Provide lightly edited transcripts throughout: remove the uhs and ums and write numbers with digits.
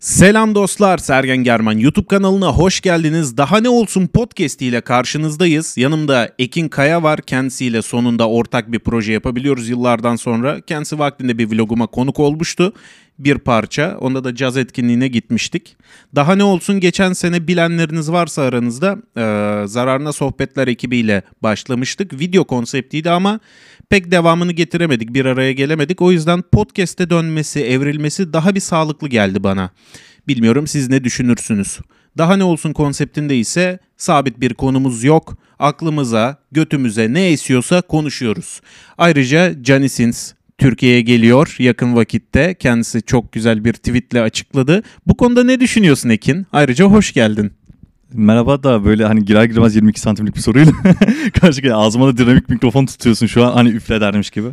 Selam dostlar, Sergen German YouTube kanalına hoş geldiniz. Daha ne olsun podcast ile karşınızdayız. Yanımda Ekin Kaya var. Kendisiyle sonunda ortak bir proje yapabiliyoruz yıllardan sonra. Kendisi vaktinde bir vloguma konuk olmuştu. Bir parça. Onda da caz etkinliğine gitmiştik. Daha ne olsun, geçen sene bilenleriniz varsa aranızda Zararına Sohbetler ekibiyle başlamıştık. Video konseptiydi ama pek devamını getiremedik, bir araya gelemedik. O yüzden podcast'e dönmesi, evrilmesi daha bir sağlıklı geldi bana. Bilmiyorum, siz ne düşünürsünüz? Daha ne olsun konseptinde ise sabit bir konumuz yok. Aklımıza, götümüze ne esiyorsa konuşuyoruz. Ayrıca Johnny Sins Türkiye'ye geliyor yakın vakitte. Kendisi çok güzel bir tweetle açıkladı. Bu konuda ne düşünüyorsun Ekin? Ayrıca hoş geldin. Merhaba da böyle hani girer girmez 22 santimlik bir soruyla karşı ağzıma da dinamik mikrofon tutuyorsun şu an, hani üfle dermiş gibi.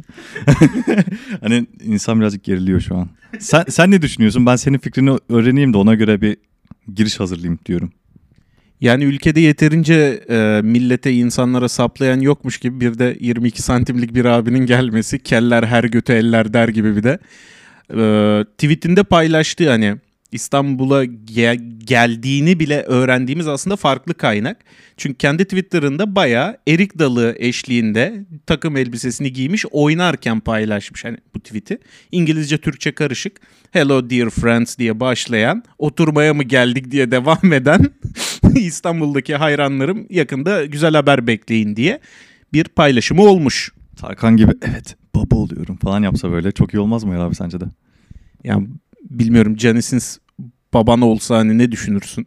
Hani insan birazcık geriliyor şu an. Sen ne düşünüyorsun? Ben senin fikrini öğreneyim de ona göre bir giriş hazırlayayım diyorum. Yani ülkede yeterince millete, insanlara saplayan yokmuş gibi bir de 22 santimlik bir abinin gelmesi, keller her götü eller der gibi bir de. Tweetinde paylaştığı hani İstanbul'a geldiğini bile öğrendiğimiz aslında farklı kaynak. Çünkü kendi Twitter'ında bayağı erik dalı eşliğinde takım elbisesini giymiş oynarken paylaşmış hani bu tweet'i. İngilizce Türkçe karışık. Hello dear friends diye başlayan, oturmaya mı geldik diye devam eden İstanbul'daki hayranlarım yakında güzel haber bekleyin diye bir paylaşımı olmuş. Tarkan gibi evet baba oluyorum falan yapsa böyle çok iyi olmaz mı ya abi, sence de? Ya bilmiyorum, Johnny Sins baban olsa hani ne düşünürsün?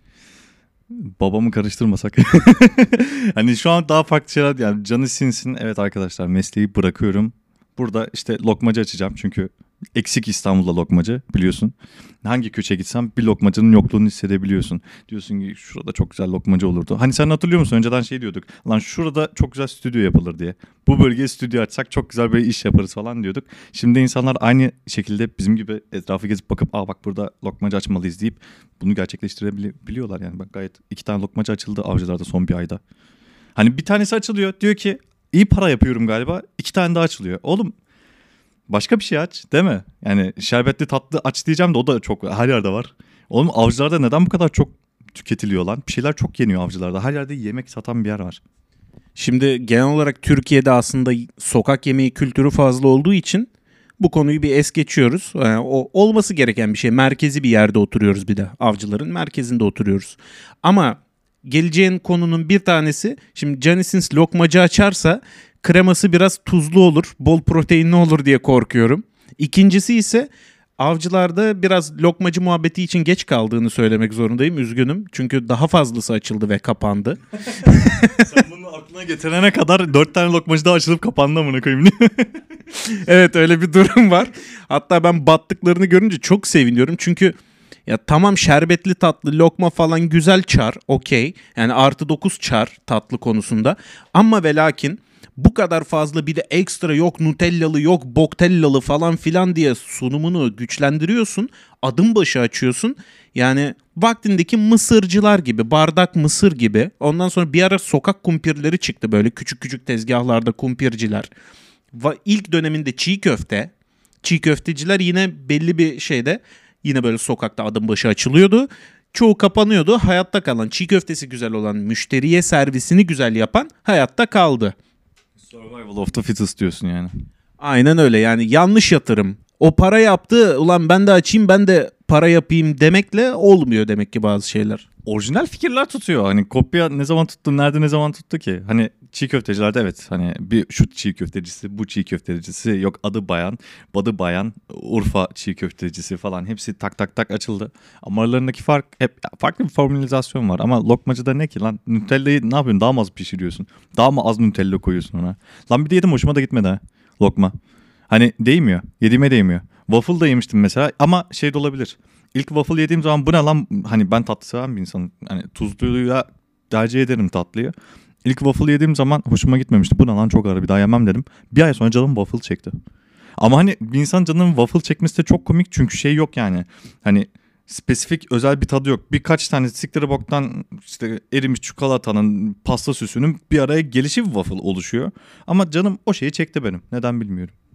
Babamı karıştırmasak. Hani şu an daha farklı şeyler, yani Johnny Sins'in evet arkadaşlar mesleği bırakıyorum. Burada işte lokmacı açacağım çünkü eksik İstanbul'da lokmacı, biliyorsun. Hangi köşe gitsem bir lokmacının yokluğunu hissedebiliyorsun. Diyorsun ki şurada çok güzel lokmacı olurdu. Hani sen hatırlıyor musun? Önceden şey diyorduk. Lan şurada çok güzel stüdyo yapılır diye. Bu bölgeye stüdyo açsak çok güzel bir iş yaparız falan diyorduk. Şimdi insanlar aynı şekilde bizim gibi etrafı gezip bakıp bak burada lokmacı açmalıyız deyip bunu gerçekleştirebiliyorlar. Yani bak gayet 2 tane lokmacı açıldı Avcılar'da son bir ayda. Hani bir tanesi açılıyor, diyor ki iyi para yapıyorum galiba, 2 tane daha açılıyor. Oğlum başka bir şey aç değil mi? Yani şerbetli tatlı aç diyeceğim de o da çok her yerde var. Oğlum Avcılar'da neden bu kadar çok tüketiliyor lan? Bir şeyler çok yeniyor Avcılar'da. Her yerde yemek satan bir yer var. Şimdi genel olarak Türkiye'de aslında sokak yemeği kültürü fazla olduğu için bu konuyu bir es geçiyoruz. Yani o olması gereken bir şey. Merkezi bir yerde oturuyoruz bir de. Avcıların merkezinde oturuyoruz. Ama geleceğin konunun bir tanesi, şimdi Johnny Sins lokmacı açarsa kreması biraz tuzlu olur, bol proteinli olur diye korkuyorum. İkincisi ise Avcılar'da biraz lokmacı muhabbeti için geç kaldığını söylemek zorundayım. Üzgünüm. Çünkü daha fazlası açıldı ve kapandı. Sen bunu aklına getirene kadar 4 tane lokmacı daha açılıp kapandı amına koyayım. Evet, öyle bir durum var. Hatta ben battıklarını görünce çok seviniyorum. Çünkü ya tamam, şerbetli tatlı lokma falan güzel çar, okey. Yani +9 çar tatlı konusunda. Ama ve lakin bu kadar fazla bir de ekstra yok nutellalı yok boktellalı falan filan diye sunumunu güçlendiriyorsun. Adım başı açıyorsun. Yani vaktindeki mısırcılar gibi, bardak mısır gibi. Ondan sonra bir ara sokak kumpirleri çıktı, böyle küçük küçük tezgahlarda kumpirciler. İlk döneminde çiğ köfte. Çiğ köfteciler yine belli bir şeyde yine böyle sokakta adım başı açılıyordu. Çoğu kapanıyordu. Hayatta kalan, çiğ köftesi güzel olan, müşteriye servisini güzel yapan hayatta kaldı. Survival of the fittest diyorsun yani. Aynen öyle, yani yanlış yatırım. O para yaptı, ulan ben de açayım ben de para yapayım demekle olmuyor demek ki bazı şeyler. Orijinal fikirler tutuyor. Hani kopya ne zaman tuttu, nerede ne zaman tuttu ki? Hani çiğ köftecilerde evet hani bir şu çiğ köftecisi, bu çiğ köftecisi, yok adı Bayan, Badı Bayan, Urfa çiğ köftecisi falan hepsi tak tak tak açıldı. Ama aralarındaki fark hep farklı bir formülizasyon var. Ama lokmacıda ne ki lan? Nutella'yı ne yapıyorsun? Daha mı az pişiriyorsun? Daha mı az Nutella koyuyorsun ona? Lan bir de yedim, hoşuma da gitmedi ha lokma. Hani değmiyor. Yediğime değmiyor. Waffle da yemiştim mesela ama şey de olabilir. İlk waffle yediğim zaman bu ne lan? Hani ben tatlı seven bir insanım. Hani tuzluya tercih ederim tatlıyı. İlk waffle yediğim zaman hoşuma gitmemişti. Bu ne lan, çok ağır, bir daha yemem dedim. Bir ay sonra canım waffle çekti. Ama hani bir insan canının waffle çekmesi de çok komik çünkü şey yok yani. Hani spesifik özel bir tadı yok. Birkaç tane siktire boktan işte erimiş çikolatanın, pasta süsünün bir araya gelişi bir waffle oluşuyor. Ama canım o şeyi çekti benim. Neden bilmiyorum.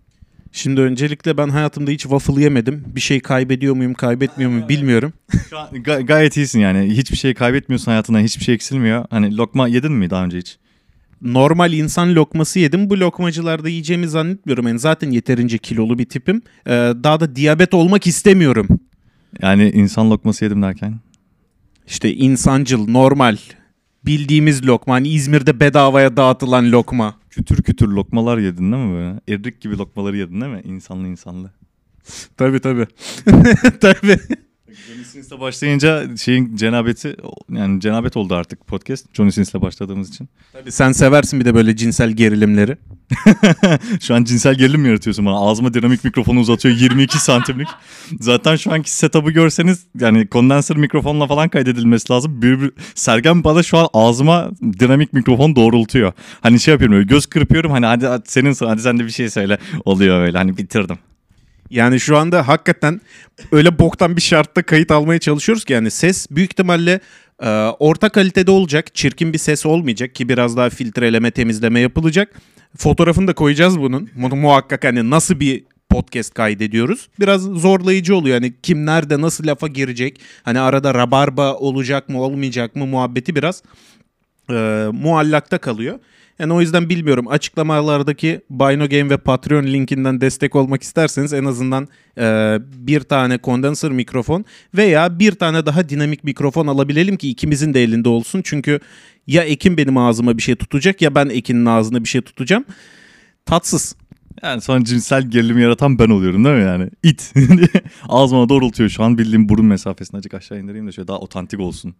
Şimdi öncelikle ben hayatımda hiç waffle yemedim. Bir şey kaybediyor muyum, kaybetmiyor muyum bilmiyorum. Şu an gayet iyisin yani. Hiçbir şey kaybetmiyorsun hayatından. Hiçbir şey eksilmiyor. Hani lokma yedin mi daha önce hiç? Normal insan lokması yedim. Bu lokmacılarda yiyeceğimi zannetmiyorum. Yani zaten yeterince kilolu bir tipim. Daha da diyabet olmak istemiyorum. Yani insan lokması yedim derken. İşte insancıl, normal, bildiğimiz lokma. Hani İzmir'de bedavaya dağıtılan lokma. Kütür kütür lokmalar yedin değil mi böyle? Erik gibi lokmaları yedin değil mi? İnsanlı insanlı. Tabii tabii. Tabii. Johnny Sins'le başlayınca şeyin cenabeti, yani cenabet oldu artık podcast. Johnny Sins'le başladığımız için. Tabii sen seversin bir de böyle cinsel gerilimleri. Şu an cinsel gerilim mi yaratıyorsun bana? Ağzıma dinamik mikrofonu uzatıyor 22 santimlik. Zaten şu anki setup'ı görseniz yani kondenser mikrofonla falan kaydedilmesi lazım. Sergen bana şu an ağzıma dinamik mikrofon doğrultuyor. Hani şey yapıyorum, öyle göz kırpıyorum, hani hadi senin hadi sen de bir şey söyle. Oluyor öyle, hani bitirdim. Yani şu anda hakikaten öyle boktan bir şartta kayıt almaya çalışıyoruz ki yani ses büyük ihtimalle orta kalitede olacak. Çirkin bir ses olmayacak ki biraz daha filtreleme, temizleme yapılacak. Fotoğrafını da koyacağız bunun. Bunu muhakkak hani nasıl bir podcast kaydediyoruz. Biraz zorlayıcı oluyor. Hani kim nerede nasıl lafa girecek. Hani arada rabarba olacak mı olmayacak mı muhabbeti biraz muallakta kalıyor. Yani o yüzden bilmiyorum. Açıklamalardaki Bino Game ve Patreon linkinden destek olmak isterseniz en azından bir tane kondenser mikrofon veya bir tane daha dinamik mikrofon alabilelim ki ikimizin de elinde olsun. Çünkü ya Ekin benim ağzıma bir şey tutacak ya ben Ekin'in ağzına bir şey tutacağım. Tatsız. Yani sonra cinsel gerilimi yaratan ben oluyorum değil mi yani? İt. Ağzıma doğrultuyor şu an, bildiğim burun mesafesini azıcık aşağı indireyim de şöyle daha otantik olsun.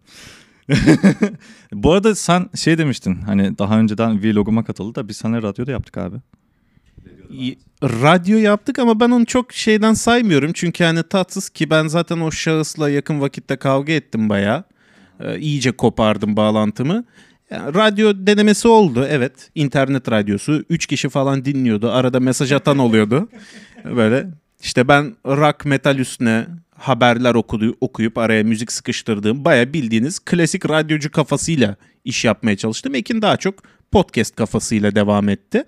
Bu arada sen şey demiştin, hani daha önceden vloguma katıldı da biz seninle radyoda yaptık abi. Radyo yaptık ama ben onu çok şeyden saymıyorum. Çünkü hani tatsız ki ben zaten o şahısla yakın vakitte kavga ettim bayağı. İyice kopardım bağlantımı. Yani radyo denemesi oldu evet. İnternet radyosu. 3 kişi falan dinliyordu. Arada mesaj atan oluyordu. Böyle işte ben rock metal üstüne haberler okuyup araya müzik sıkıştırdığım baya bildiğiniz klasik radyocu kafasıyla iş yapmaya çalıştım. Ekin daha çok podcast kafasıyla devam etti.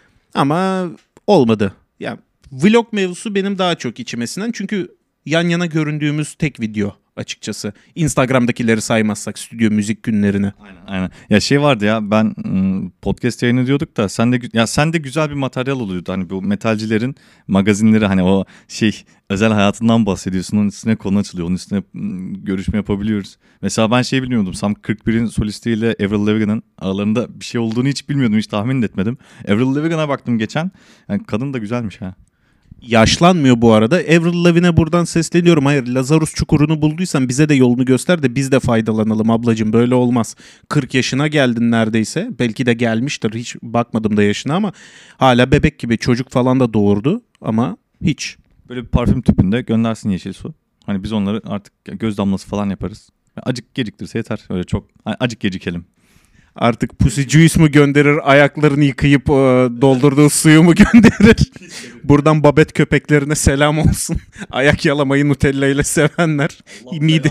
Ama olmadı. Yani vlog mevzusu benim daha çok içime sinen. Çünkü yan yana göründüğümüz tek video açıkçası. Instagram'dakileri saymazsak stüdyo müzik günlerini. Aynen. Ya şey vardı ya, ben podcast yayını diyorduk da sen de güzel bir materyal oluyordu. Hani bu metalcilerin magazinleri, hani o şey özel hayatından bahsediyorsun. Onun üstüne konu açılıyor. Onun üstüne görüşme yapabiliyoruz. Mesela ben şey bilmiyordum. Sam 41'in solistiyle Avril Lavigne'ın aralarında bir şey olduğunu hiç bilmiyordum. Hiç tahmin etmedim. Avril Lavigne'a baktım geçen. Yani kadın da güzelmiş ha. Yaşlanmıyor bu arada. Avril Lavigne'e buradan sesleniyorum. Hayır, Lazarus çukurunu bulduysan bize de yolunu göster de biz de faydalanalım ablacığım. Böyle olmaz. 40 yaşına geldin neredeyse. Belki de gelmiştir. Hiç bakmadım da yaşına ama hala bebek gibi, çocuk falan da doğurdu ama hiç. Böyle bir parfüm tüpünde göndersin yeşil su. Hani biz onları artık göz damlası falan yaparız. Acık geciktirse yeter. Öyle çok acık gecikelim. Artık Pussy Juice mu gönderir, ayaklarını yıkayıp doldurduğu suyu mu gönderir? Buradan babet köpeklerine selam olsun. Ayak yalamayı Nutella ile sevenler. Mide...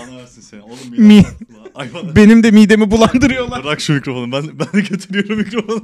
Mi... Benim de midemi bulandırıyorlar. Bırak şu mikrofonu. Ben de götürüyorum mikrofonu.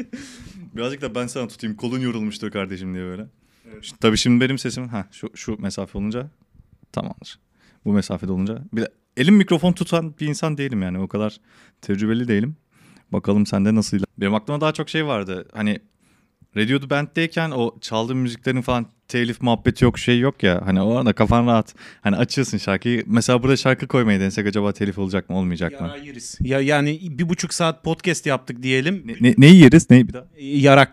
Birazcık da ben sana tutayım. Kolun yorulmuştur kardeşim diye böyle. Evet. Tabii şimdi benim sesim şu mesafe olunca tamamdır. Bu mesafede olunca. Bir de elim mikrofon tutan bir insan değilim yani. O kadar tecrübeli değilim. Bakalım sende nasıl? Benim aklıma daha çok şey vardı. Hani Radio The Band'deyken o çaldığım müziklerin falan telif muhabbeti yok, şey yok ya. Hani o arada kafan rahat. Hani açıyorsun şarkıyı. Mesela burada şarkı koymayı denesek acaba telif olacak mı olmayacak mı? Yeriz. Ya yani 1,5 saat podcast yaptık diyelim. Neyi yeriz? Neyi bir daha? Yarak.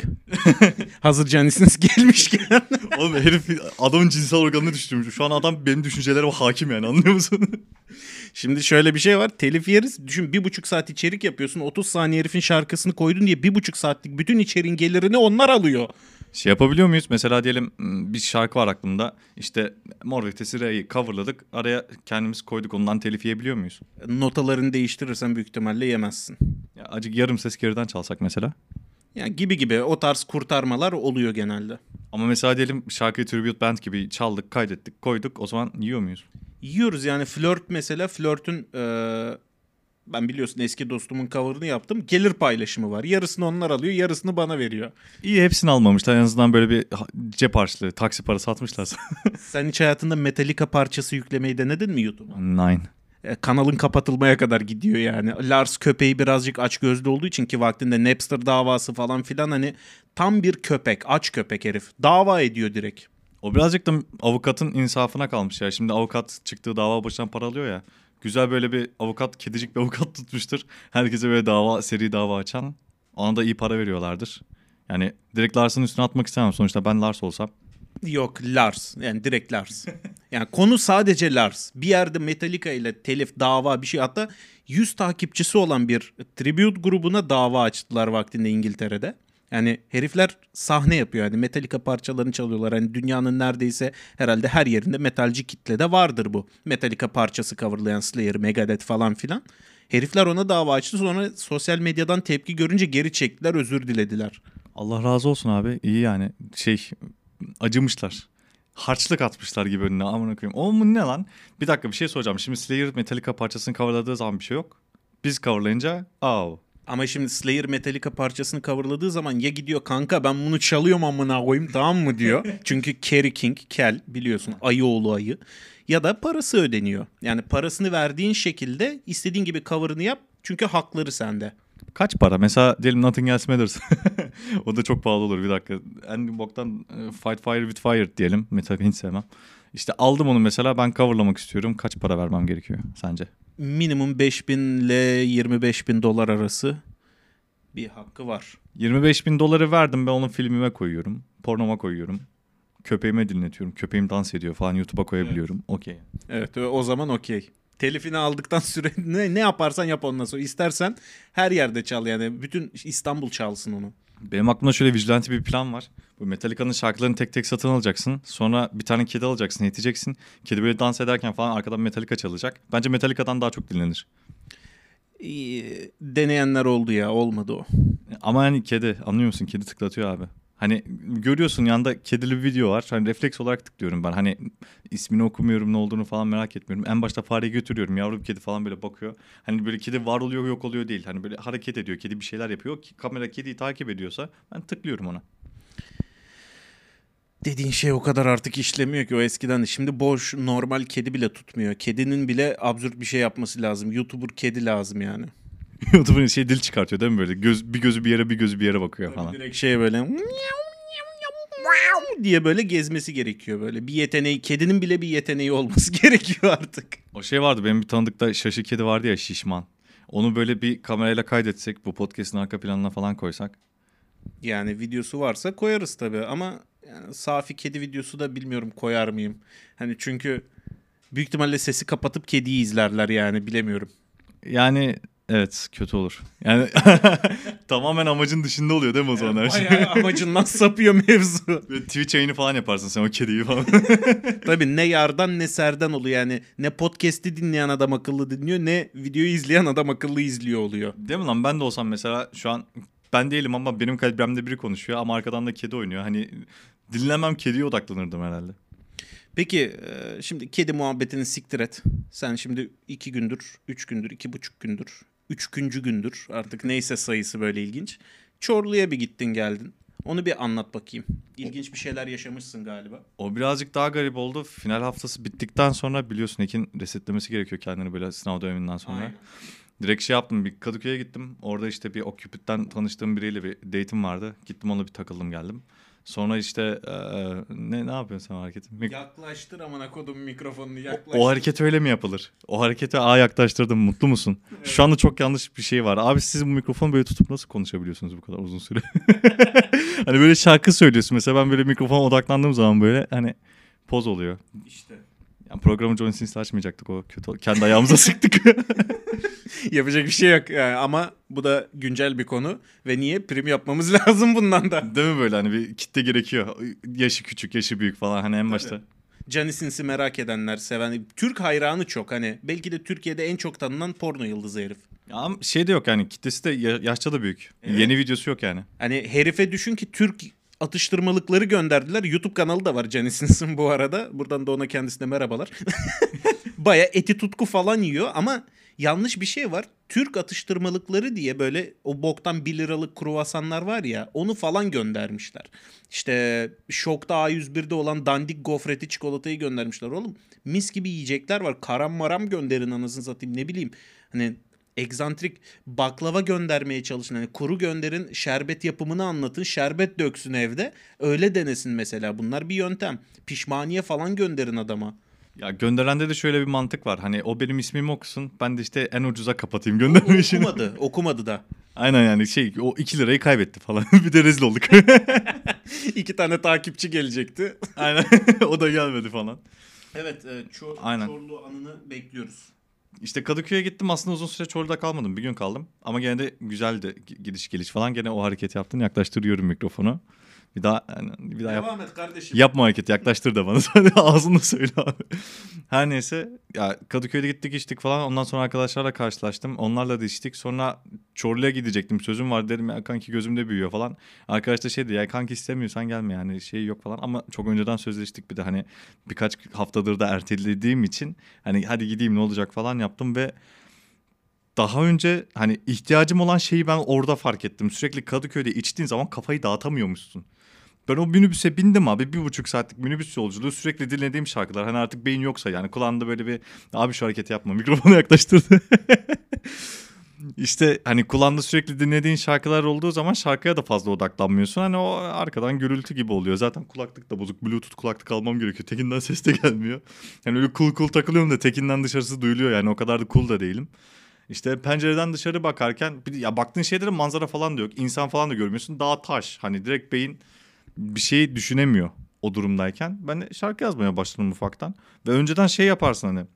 Hazır canisiniz gelmişken. Oğlum herif adamın cinsel organını düşürmüş. Şu an adam benim düşüncelerime hakim yani, anlıyor musun? Şimdi şöyle bir şey var. Telif yeriz. Düşün 1,5 saat içerik yapıyorsun. 30 saniye herifin şarkısını koydun diye 1,5 saatlik bütün içeriğin gelirini onlar alıyor. Şey yapabiliyor muyuz? Mesela diyelim bir şarkı var aklımda. İşte Mor ve Ötesi R'yi coverladık. Araya kendimiz koyduk. Ondan telif yiyebiliyor muyuz? Notalarını değiştirirsen büyük ihtimalle yemezsin. Ya acık yarım ses geriden çalsak mesela. Yani gibi o tarz kurtarmalar oluyor genelde. Ama mesela diyelim şarkıyı Tribute Band gibi çaldık, kaydettik, koyduk. O zaman yiyor muyuz? Yiyoruz yani. Flört mesela. Flörtün Ben biliyorsun eski dostumun cover'ını yaptım. Gelir paylaşımı var. Yarısını onlar alıyor, yarısını bana veriyor. İyi, hepsini almamışlar. En azından böyle bir cep harçlığı, taksi parası atmışlarsa. Sen hiç hayatında Metallica parçası yüklemeyi denedin mi YouTube'a? Nine. Kanalın kapatılmaya kadar gidiyor yani. Lars köpeği birazcık açgözlü olduğu için ki vaktinde Napster davası falan filan hani tam bir köpek, aç köpek herif. Dava ediyor direkt. O birazcık da avukatın insafına kalmış ya. Şimdi avukat çıktığı dava başına para alıyor ya. Güzel böyle bir avukat, kedicik bir avukat tutmuştur. Herkese böyle seri dava açan. Ona da iyi para veriyorlardır. Yani direkt Lars'ın üstüne atmak istemem. Sonuçta ben Lars olsam. Yok, Lars, yani direkt Lars. Yani konu sadece Lars. Bir yerde Metallica ile telif, dava bir şey, hatta 100 takipçisi olan bir tribute grubuna dava açtılar vaktinde İngiltere'de. Yani herifler sahne yapıyor, yani Metallica parçalarını çalıyorlar. Hani dünyanın neredeyse herhalde her yerinde metalci kitlede vardır bu. Metallica parçası coverlayan Slayer, Megadeth falan filan. Herifler ona dava açtı, sonra sosyal medyadan tepki görünce geri çektiler, özür dilediler. Allah razı olsun abi. İyi yani. Acımışlar. Harçlık atmışlar gibi önüne. Amına koyayım. O mu ne lan? Bir dakika, bir şey soracağım. Şimdi Slayer Metallica parçasını coverladığı zaman bir şey yok. Biz coverlayınca Ama şimdi Slayer Metallica parçasını coverladığı zaman ya gidiyor kanka ben bunu çalıyorum amına koyayım tamam mı diyor. Çünkü Kerry King, Kel biliyorsun, ayı oğlu ayı. Ya da parası ödeniyor. Yani parasını verdiğin şekilde istediğin gibi cover'ını yap. Çünkü hakları sende. kaç para? Mesela diyelim Nothing Else Matters. O da çok pahalı olur, bir dakika. En boktan Fight Fire with Fire diyelim. Metallica hiç sevmem. İşte aldım onu mesela, ben coverlamak istiyorum. Kaç para vermem gerekiyor sence? Minimum 5.000 ile 25.000 dolar arası bir hakkı var. 25.000 doları verdim, ben onu filmime koyuyorum. Pornoma koyuyorum. Köpeğime dinletiyorum. Köpeğim dans ediyor falan, YouTube'a koyabiliyorum. Okey. Evet, o zaman okey. Telifini aldıktan süre ne yaparsan yap ondan sonra. İstersen her yerde çal, yani bütün İstanbul çalsın onu. Benim aklımda şöyle vigilante bir plan var. Bu Metallica'nın şarkılarını tek tek satın alacaksın. Sonra bir tane kedi alacaksın, yeteceksin. Kedi böyle dans ederken falan arkadan Metallica çalacak. Bence Metallica'dan daha çok dinlenir. Deneyenler oldu ya, olmadı o. Ama yani kedi, anlıyor musun? Kedi tıklatıyor abi. Hani görüyorsun yanında kedili bir video var. Hani refleks olarak tıklıyorum ben. Hani ismini okumuyorum, ne olduğunu falan merak etmiyorum. En başta fareyi götürüyorum. Yavru bir kedi falan böyle bakıyor. Hani böyle kedi var oluyor yok oluyor değil. Hani böyle hareket ediyor. Kedi bir şeyler yapıyor. Kamera kediyi takip ediyorsa ben tıklıyorum ona. Dediğin şey o kadar artık işlemiyor ki, o eskiden de. Şimdi boş normal kedi bile tutmuyor. Kedinin bile absürt bir şey yapması lazım. YouTuber kedi lazım yani. YouTube'un dil çıkartıyor değil mi böyle? Bir gözü bir yere, bir gözü bir yere bakıyor falan. Direkt şey böyle diye böyle gezmesi gerekiyor böyle. Bir yeteneği, kedinin bile bir yeteneği olması gerekiyor artık. O şey vardı, benim bir tanıdıkta şaşı kedi vardı ya, şişman. Onu böyle bir kamerayla kaydetsek, bu podcast'ın arka planına falan koysak. Yani videosu varsa koyarız tabii ama yani safi kedi videosu da bilmiyorum koyar mıyım. Hani çünkü büyük ihtimalle sesi kapatıp kediyi izlerler, yani bilemiyorum. Yani evet, kötü olur. Yani tamamen amacın dışında oluyor değil mi o zaman her şey? Bayağı amacından sapıyor mevzu. Böyle Twitch yayını falan yaparsın sen o kediyi falan. Tabii ne yardan ne serden oluyor yani. Ne podcast'i dinleyen adam akıllı dinliyor, ne videoyu izleyen adam akıllı izliyor oluyor. Değil mi lan? Ben de olsam mesela, şu an ben değilim ama benim kalbimde biri konuşuyor ama arkadan da kedi oynuyor. Hani dinlemem, kediye odaklanırdım herhalde. Peki şimdi kedi muhabbetini siktir et. Sen şimdi 2 gündür, 3 gündür, 2,5 gündür, 3. gündür artık neyse sayısı böyle ilginç. Çorlu'ya bir gittin geldin. Onu bir anlat bakayım. İlginç bir şeyler yaşamışsın galiba. O birazcık daha garip oldu. Final haftası bittikten sonra biliyorsun Ekin resetlemesi gerekiyor kendini böyle sınav döneminden sonra. Aynen. Direkt şey yaptım, bir Kadıköy'e gittim. Orada işte bir Okcupid'den tanıştığım biriyle bir date'im vardı. Gittim, onunla bir takıldım geldim. Sonra işte ne yapıyorsun sen o hareketi? Yaklaştır amına kodum mikrofonunu, yaklaştır. O hareket öyle mi yapılır? O harekete yaklaştırdım, mutlu musun? Evet. Şu anda çok yanlış bir şey var. Abi siz bu mikrofonu böyle tutup nasıl konuşabiliyorsunuz bu kadar uzun süre? Hani böyle şarkı söylüyorsun. Mesela ben böyle mikrofona odaklandığım zaman böyle hani poz oluyor. İşte. Yani programı John Sins'le açmayacaktık, o kötü. Kendi ayağımıza sıktık. Yapacak bir şey yok yani, ama bu da güncel bir konu ve niye prim yapmamız lazım bundan da. Değil mi, böyle hani bir kitle gerekiyor. Yaşı küçük, yaşı büyük falan hani en başta. Johnny Sins'i merak edenler, seven, Türk hayranı çok, hani belki de Türkiye'de en çok tanınan porno yıldızı herif. Ya ama şey de yok yani, kitlesi de yaşça da büyük. Evet. Yeni videosu yok yani. Hani herife düşün ki Türk atıştırmalıkları gönderdiler. YouTube kanalı da var Johnny Sins'in bu arada. Buradan da ona, kendisine merhabalar. Baya eti tutku falan yiyor ama yanlış bir şey var. Türk atıştırmalıkları diye böyle o boktan 1 liralık kruvasanlar var ya, onu falan göndermişler. İşte Şok'ta A101'de olan dandik gofreti çikolatayı göndermişler oğlum. Mis gibi yiyecekler var. Karam maram gönderin anasını satayım, ne bileyim. Hani egzantrik baklava göndermeye çalışın. Hani kuru gönderin, şerbet yapımını anlatın. Şerbet döksün evde. Öyle denesin mesela. Bunlar bir yöntem. Pişmaniye falan gönderin adama. Ya gönderende de şöyle bir mantık var. Hani o benim ismimi okusun. Ben de işte en ucuza kapatayım O gönderme işini. okumadı da. Aynen yani o 2 lirayı kaybetti falan. Bir de rezil olduk. 2 tane takipçi gelecekti. Aynen. O da gelmedi falan. Evet, Aynen. Çorlu anını bekliyoruz. İşte Kadıköy'e gittim. Aslında uzun süre Çorlu'da kalmadım. Bir gün kaldım. Ama gene de güzeldi gidiş geliş falan. Gene o hareketi yaptın. Yaklaştırıyorum mikrofonu. Bir daha Devam et kardeşim. yapma hareketi. Yaklaştır da bana. Sadece ağzınla söyle abi. Her neyse. Ya Kadıköy'de gittik içtik falan. Ondan sonra arkadaşlarla karşılaştım. Onlarla da içtik. Sonra Çorlu'ya gidecektim. Sözüm var dedim ya kanki gözümde büyüyor falan. Arkadaş da şey dedi ya kanki istemiyorsan gelme yani şey yok falan. Ama çok önceden sözleştik bir de hani birkaç haftadır da ertelediğim için hani hadi gideyim ne olacak falan yaptım ve daha önce hani ihtiyacım olan şeyi ben orada fark ettim. Sürekli Kadıköy'de içtiğin zaman kafayı dağıtamıyormuşsun. Ben o minibüse bindim abi, 1,5 saatlik minibüs yolculuğu, sürekli dinlediğim şarkılar. Hani artık beyin yoksa yani kulağında böyle bir abi şu hareketi yapma, mikrofonu yaklaştırdı. İşte hani kulağında sürekli dinlediğin şarkılar olduğu zaman şarkıya da fazla odaklanmıyorsun. Hani o arkadan gürültü gibi oluyor. Zaten kulaklık da bozuk. Bluetooth kulaklık almam gerekiyor. Tekinden ses de gelmiyor. Yani öyle cool takılıyorum da tekinden dışarısı duyuluyor yani, o kadar da cool da değilim. İşte pencereden dışarı bakarken ya baktığın şeylerin manzara falan da yok. İnsan falan da görmüyorsun. Dağ taş. Hani direkt beyin bir şey düşünemiyor o durumdayken. Ben de şarkı yazmaya başladım ufaktan. Ve önceden şey yaparsın hani.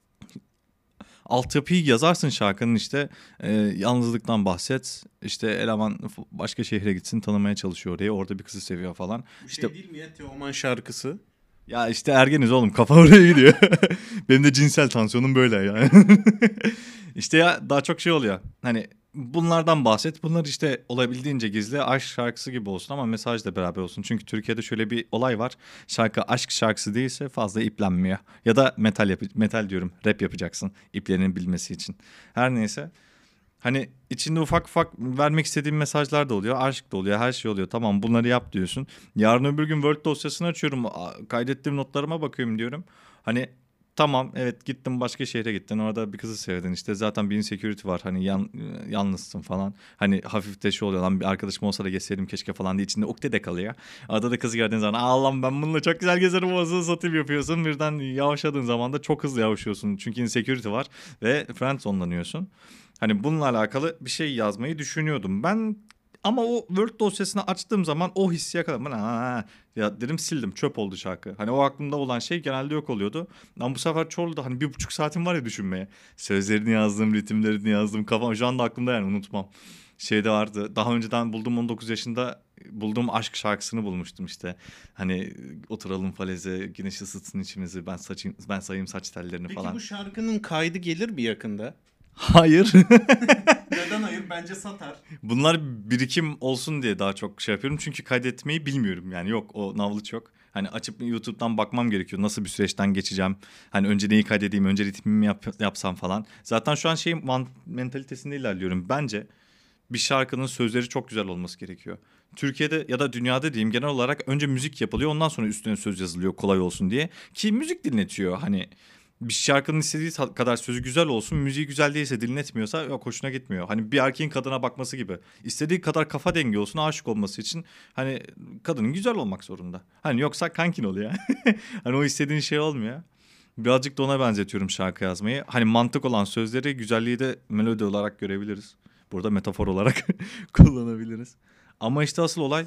Altyapıyı yazarsın şarkının işte yalnızlıktan bahset. İşte eleman başka şehre gitsin, tanımaya çalışıyor orayı. Orada bir kızı seviyor falan. Bu İşte şey değil mi ya, Teoman şarkısı? ya işte ergeniz oğlum, kafa oraya gidiyor. Benim de cinsel tansiyonum böyle yani. İşte ya daha çok şey oluyor. Hani bunlardan bahset. Bunlar işte olabildiğince gizli, aşk şarkısı gibi olsun ama mesajla beraber olsun. Çünkü Türkiye'de şöyle bir olay var. Şarkı aşk şarkısı değilse fazla iplenmiyor. Ya da metal diyorum, rap yapacaksın iplerin bilmesi için. Her neyse. Hani içinde ufak ufak vermek istediğim mesajlar da oluyor. Aşk da oluyor. Her şey oluyor. Tamam bunları yap diyorsun. Yarın öbür gün Word dosyasını açıyorum. Kaydettiğim notlarıma bakıyorum diyorum. Hani tamam evet gittin başka şehre gittin. Orada bir kızı sevdin. İşte zaten bir insecurity var. Hani yalnızsın falan. Hani hafif de şey oluyor. Lan bir arkadaşım olsa da geçseydim keşke falan diye içinde ukde de kalıyor. Arada da kızı gördüğün zaman Allah'ım ben bununla çok güzel gezerim olsun satayım yapıyorsun. Birden yavaşladığın zaman da çok hızlı yavaşlıyorsun. Çünkü insecurity var ve friendzone'lanıyorsun. Hani bununla alakalı bir şey yazmayı düşünüyordum. Ben ama o Word dosyasını açtığım zaman o hissi yakaladım. Ya dedim sildim, çöp oldu şarkı. Hani o aklımda olan şey genelde yok oluyordu. Ama bu sefer Çorlu'da hani 1,5 saatim var ya düşünmeye. Sözlerini yazdım, ritimlerini yazdım. Kafam şu anda aklımda yani, unutmam. Şeyde vardı. Daha önceden bulduğum 19 yaşında bulduğum aşk şarkısını bulmuştum işte. Hani oturalım faleze, güneş ısıtsın içimizi, ben sayayım saç tellerini Peki falan. bu şarkının kaydı gelir mi yakında? Hayır. Neden hayır? Bence satar. Bunlar birikim olsun diye daha çok şey yapıyorum. Çünkü kaydetmeyi bilmiyorum yani, yok o knowledge yok. Hani açıp YouTube'dan bakmam gerekiyor. Nasıl bir süreçten geçeceğim. Hani önce neyi kaydedeyim, önce ritmimi yapsam falan. Zaten şu an mentalitesinde ilerliyorum. Bence bir şarkının sözleri çok güzel olması gerekiyor. Türkiye'de ya da dünyada diyeyim genel olarak önce müzik yapılıyor, ondan sonra üstüne söz yazılıyor kolay olsun diye. Ki müzik dinletiyor hani. Bir şarkının istediği kadar sözü güzel olsun, müziği güzel değilse, dinletmiyorsa yok, hoşuna gitmiyor. Hani bir erkeğin kadına bakması gibi. İstediği kadar kafa dengi olsun, aşık olması için hani kadının güzel olmak zorunda. Hani yoksa kankin oluyor. Hani o istediğin şey olmuyor. Birazcık da ona benzetiyorum şarkı yazmayı. Hani mantık olan sözleri, güzelliği de melodi olarak görebiliriz. Burada metafor olarak kullanabiliriz. Ama işte asıl olay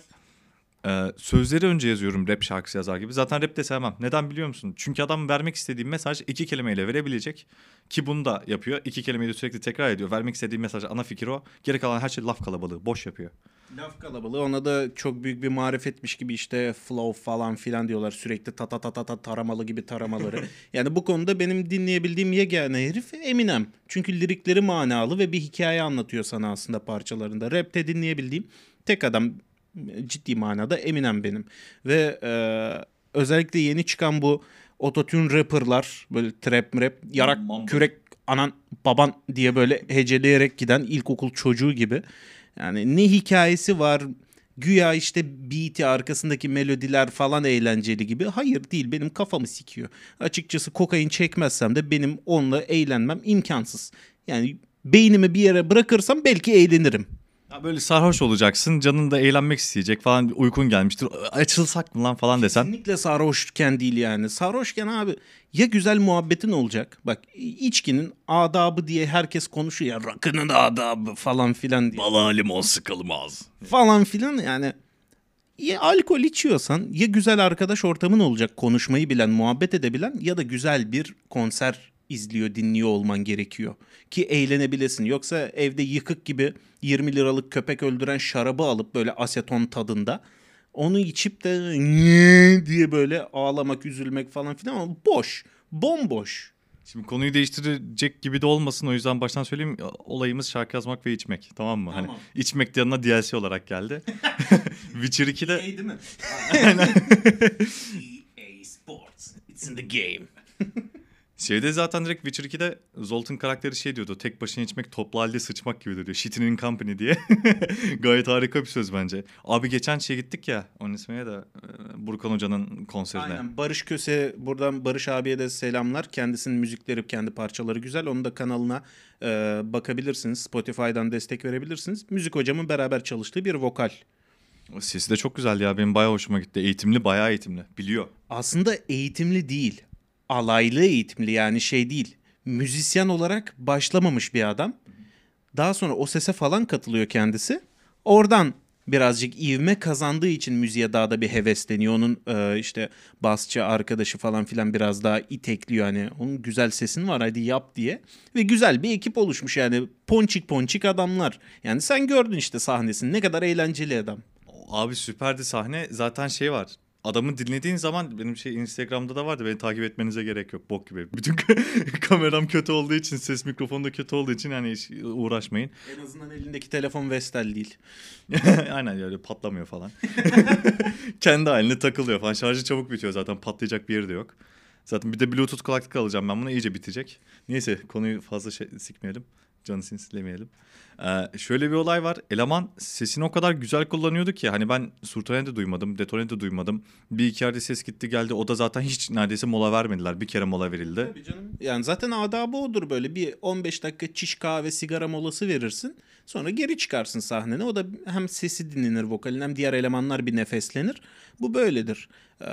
sözleri önce yazıyorum rap şarkısı yazar gibi. Zaten rap de sevmem. Neden biliyor musun? Çünkü adam vermek istediği mesaj 2 kelimeyle verebilecek. Ki bunu da yapıyor. 2 kelimeyi de sürekli tekrar ediyor. Vermek istediği mesaj, ana fikir o. Geri kalan her şey laf kalabalığı. Boş yapıyor. Laf kalabalığı, ona da çok büyük bir marifetmiş gibi işte flow falan filan diyorlar, sürekli ta ta ta ta ta taramalı gibi taramaları. Yani bu konuda benim dinleyebildiğim yegane herif Eminem. Çünkü lirikleri manalı ve bir hikaye anlatıyor sana aslında parçalarında. Rap'te dinleyebildiğim tek adam ciddi manada Eminem benim. Ve özellikle yeni çıkan bu ototune rapperlar, böyle trap rap, yarak Mambo. kürek anan baban diye böyle heceleyerek giden ilkokul çocuğu gibi. Yani ne hikayesi var, güya işte beat'i arkasındaki melodiler falan eğlenceli gibi. Hayır, değil, benim kafamı sikiyor. Açıkçası kokain çekmezsem de benim onunla eğlenmem imkansız. Yani beynimi bir yere bırakırsam belki eğlenirim. Ya böyle sarhoş olacaksın, canın da eğlenmek isteyecek falan, uykun gelmiştir. Açılsak mı lan falan desen. Kesinlikle sarhoşken değil yani. Sarhoşken abi ya güzel muhabbetin olacak. Bak, içkinin adabı diye herkes konuşuyor ya. Rakının adabı falan filan diye. Balığa limon sıkılmaz. Falan filan yani. Ya alkol içiyorsan ya güzel arkadaş ortamın olacak, konuşmayı bilen, muhabbet edebilen, ya da güzel bir konser izliyor, dinliyor olman gerekiyor ki eğlenebilesin. Yoksa evde yıkık gibi 20 liralık köpek öldüren şarabı alıp böyle aseton tadında onu içip de "Nye" diye böyle ağlamak, üzülmek falan filan, ama boş, bomboş. Şimdi konuyu değiştirecek gibi de olmasın, o yüzden baştan söyleyeyim, olayımız şarkı yazmak ve içmek, tamam mı? Tamam. Hani içmek de yanına DLC olarak geldi. Witcher 2'de değil mi? EA Sports, it's in the game. şeyde zaten direkt Witcher 2'de Zolt'un karakteri şey diyordu. Tek başına içmek toplu halde sıçmak gibidir diyor. Shitting in company diye. Gayet harika bir söz bence. Abi geçen şey gittik ya. Onun ismi de Burkan Hoca'nın konserine. Aynen, Barış Köse, buradan Barış abiye de selamlar. Kendisinin müzikleri, kendi parçaları güzel. Onun da kanalına bakabilirsiniz. Spotify'dan destek verebilirsiniz. Müzik hocamın beraber çalıştığı bir vokal. Sesi de çok güzeldi ya. Benim bayağı hoşuma gitti. Eğitimli, bayağı eğitimli. Biliyor. Aslında eğitimli değil. Alaylı eğitimli, yani şey değil. Müzisyen olarak başlamamış bir adam. Daha sonra o sese falan katılıyor kendisi. Oradan birazcık ivme kazandığı için müziğe daha da bir hevesleniyor. Onun işte basçı arkadaşı falan filan biraz daha itekliyor. Hani onun güzel sesin var, hadi yap diye. Ve güzel bir ekip oluşmuş yani. Ponçik ponçik adamlar. Yani sen gördün işte sahnesini. Ne kadar eğlenceli adam. Abi süperdi sahne. Zaten şey var. Adamı dinlediğin zaman, benim şey Instagram'da da vardı. Beni takip etmenize gerek yok. Bok gibi. Bütün kameram kötü olduğu için, ses mikrofonu da kötü olduğu için hani hiç uğraşmayın. En azından elindeki telefon Vestel değil. Aynen, öyle patlamıyor falan. Kendi haline takılıyor falan. Şarjı çabuk bitiyor zaten. Patlayacak bir yeri de yok. Zaten bir de Bluetooth kulaklık alacağım ben, bunu iyice bitecek. Neyse, konuyu fazla sikmeyelim. Canı sinirlemeyelim. Şöyle bir olay var. Eleman sesini o kadar güzel kullanıyordu ki hani ben Surtren'de de duymadım, Detone'de de duymadım. Bir iki yerde ses gitti geldi. O da zaten hiç neredeyse mola vermediler. Bir kere mola verildi. Tabii canım. Yani zaten adabı odur, böyle bir 15 dakika çiş kahve sigara molası verirsin. Sonra geri çıkarsın sahnene. O da hem sesi dinlenir vokalin, hem diğer elemanlar bir nefeslenir. Bu böyledir.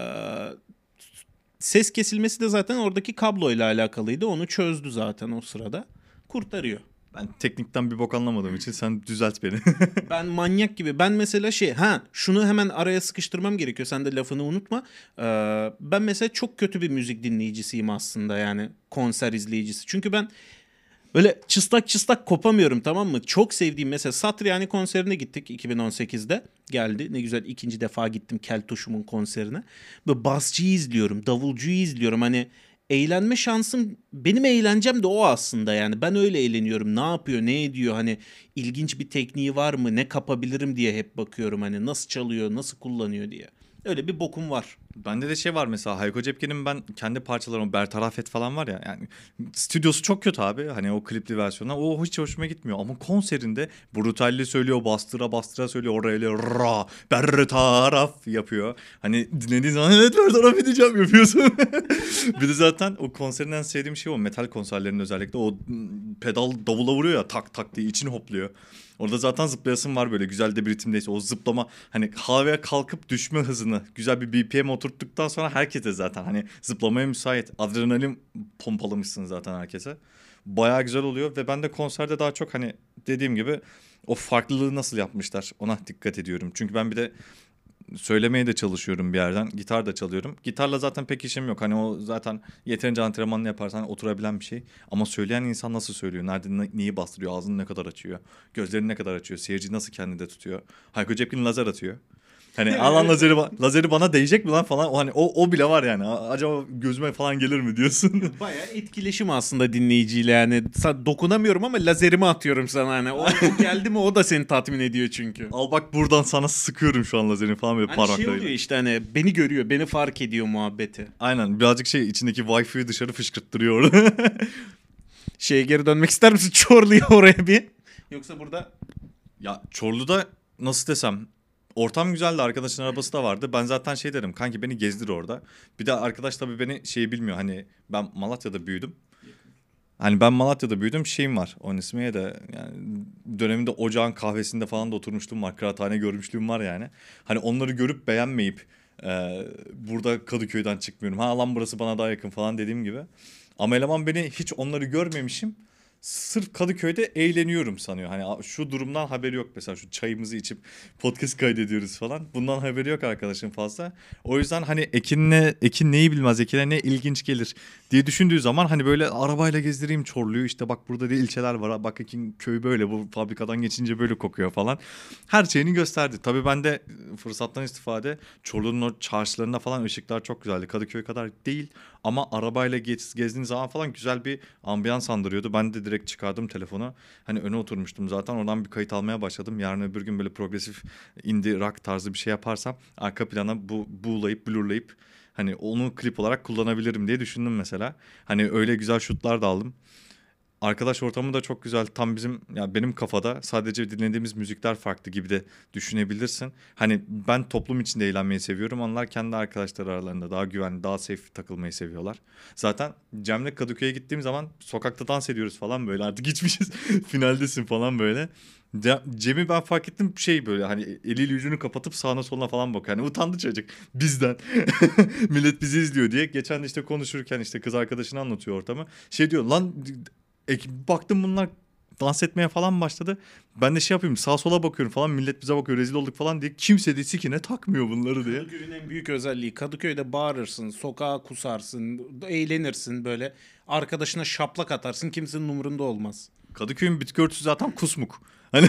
Ses kesilmesi de zaten oradaki kabloyla alakalıydı. Onu çözdü zaten o sırada. Kurtarıyor. Ben teknikten bir bok anlamadığım için sen düzelt beni. Ben manyak gibi. Ben mesela şunu hemen araya sıkıştırmam gerekiyor. Sen de lafını unutma. Ben mesela çok kötü bir müzik dinleyicisiyim aslında, yani konser izleyicisi. Çünkü ben böyle çıstak çıstak kopamıyorum, tamam mı? Çok sevdiğim, mesela Satriani konserine gittik 2018'de. Geldi. Ne güzel, ikinci defa gittim Keltoş'umun konserine. Böyle basçıyı izliyorum, davulcuyu izliyorum. Hani eğlenme şansım, benim eğlencem de o aslında yani. Ben öyle eğleniyorum. Ne yapıyor, ne ediyor, hani ilginç bir tekniği var mı, ne kapabilirim diye hep bakıyorum. Hani nasıl çalıyor, nasıl kullanıyor diye. Öyle bir bokum var. Bende de şey var mesela, Hayko Cepkin'in ben kendi parçalarım, Bertarafet falan var ya, yani stüdyosu çok kötü abi, hani o klipli versiyonlar o hiç hoşuma gitmiyor, ama konserinde brutalli söylüyor, bastıra bastıra söylüyor, oraya öyle ra Bertaraf yapıyor, hani dinlediğin zaman evet Bertaraf edeceğim yapıyorsun. Bir de zaten o konserinden sevdiğim şey, o metal konserlerinin özellikle o pedal davula vuruyor ya, tak tak diye için hopluyor. Orada zaten zıplayasın var, böyle güzel de bir ritimdeyse o zıplama, hani havaya kalkıp düşme hızını güzel bir BPM oturttuktan sonra herkese zaten hani zıplamaya müsait, adrenalin pompalamışsın zaten herkese. Bayağı güzel oluyor ve ben de konserde daha çok hani dediğim gibi o farklılığı nasıl yapmışlar ona dikkat ediyorum. Çünkü ben bir de söylemeye de çalışıyorum bir yerden. Gitar da çalıyorum. Gitarla zaten pek işim yok. Hani o zaten yeterince antrenmanını yaparsan oturabilen bir şey. Ama söyleyen insan nasıl söylüyor? Nerede neyi bastırıyor? Ağzını ne kadar açıyor? Gözlerini ne kadar açıyor? Seyirci nasıl kendinde tutuyor? Hayko Cepkin lazer atıyor. Hani alan lazeri bana değecek mi lan falan. Hani o bile var yani. Acaba gözüme falan gelir mi diyorsun. Bayağı etkileşim aslında dinleyiciyle yani. Dokunamıyorum ama lazerimi atıyorum sana hani. O geldi mi o da seni tatmin ediyor çünkü. Al bak buradan sana sıkıyorum şu an lazerini falan böyle Hani parmaklarıyla. şey oluyor işte hani beni görüyor, beni fark ediyor muhabbeti. Aynen birazcık içindeki Wi-Fi'yi dışarı fışkırttırıyor orada. Şeye geri dönmek ister misin? Çorlu'ya oraya bir. Yoksa burada... Ya Çorlu'da nasıl desem ortam güzeldi, arkadaşın arabası da vardı. Ben zaten şey derim kanki beni gezdir orada. Bir de arkadaş tabii beni bilmiyor hani ben Malatya'da büyüdüm. Hani ben Malatya'da büyüdüm şeyim var onun ismiye de yani döneminde ocağın kahvesinde falan da oturmuşluğum var. Kıraathane görmüşlüğüm var yani. Hani onları görüp beğenmeyip burada Kadıköy'den çıkmıyorum. Ha lan burası bana daha yakın falan dediğim gibi. Ama eleman beni hiç onları görmemişim. Sırf Kadıköy'de eğleniyorum sanıyor. Hani şu durumdan haberi yok mesela şu çayımızı içip podcast kaydediyoruz falan. Bundan haberi yok arkadaşım fazla. O yüzden hani Ekin neyi bilmez, Ekin'e ne ilginç gelir diye düşündüğü zaman hani böyle arabayla gezdireyim Çorlu'yu. İşte bak burada da ilçeler var. Bak Ekin köyü böyle bu fabrikadan geçince böyle kokuyor falan. Her şeyini gösterdi. Tabii ben de fırsattan istifade Çorlu'nun o çarşılarında falan ışıklar çok güzeldi. Kadıköy kadar değil ama arabayla gezdiğin zaman falan güzel bir ambiyans andırıyordu. Ben de direkt çıkardım telefonu. Hani öne oturmuştum zaten. Oradan bir kayıt almaya başladım. Yarın öbür gün böyle progresif indie rock tarzı bir şey yaparsam arka plana buğulayıp blurlayıp hani onu klip olarak kullanabilirim diye düşündüm mesela. Hani öyle güzel şutlar da aldım. Arkadaş ortamı da çok güzel. Tam bizim ya benim kafada sadece dinlediğimiz müzikler farklı gibi de düşünebilirsin. Hani ben toplum içinde eğlenmeyi seviyorum. Onlar kendi arkadaşları aralarında daha güvenli, daha safe takılmayı seviyorlar. Zaten Cem'le Kadıköy'e gittiğim zaman sokakta dans ediyoruz falan böyle. Artık gitmişiz. Finaldesin falan böyle. Cem'i ben fark ettim şey böyle hani eliyle yüzünü kapatıp sağına soluna falan bakıyor. Hani utandı çocuk bizden. Millet bizi izliyor diye. Geçen de işte konuşurken işte kız arkadaşını anlatıyor ortamı. Şey diyor lan baktım bunlar dans etmeye falan başladı. Ben de şey yapayım sağa sola bakıyorum falan millet bize bakıyor rezil olduk falan diye. Kimse de sikine takmıyor bunları diye. Kadıköy'ün en büyük özelliği Kadıköy'de bağırırsın, sokağa kusarsın, eğlenirsin böyle. Arkadaşına şaplak atarsın kimsenin umurunda olmaz. Kadıköy'ün bitki örtüsü zaten kusmuk. Hani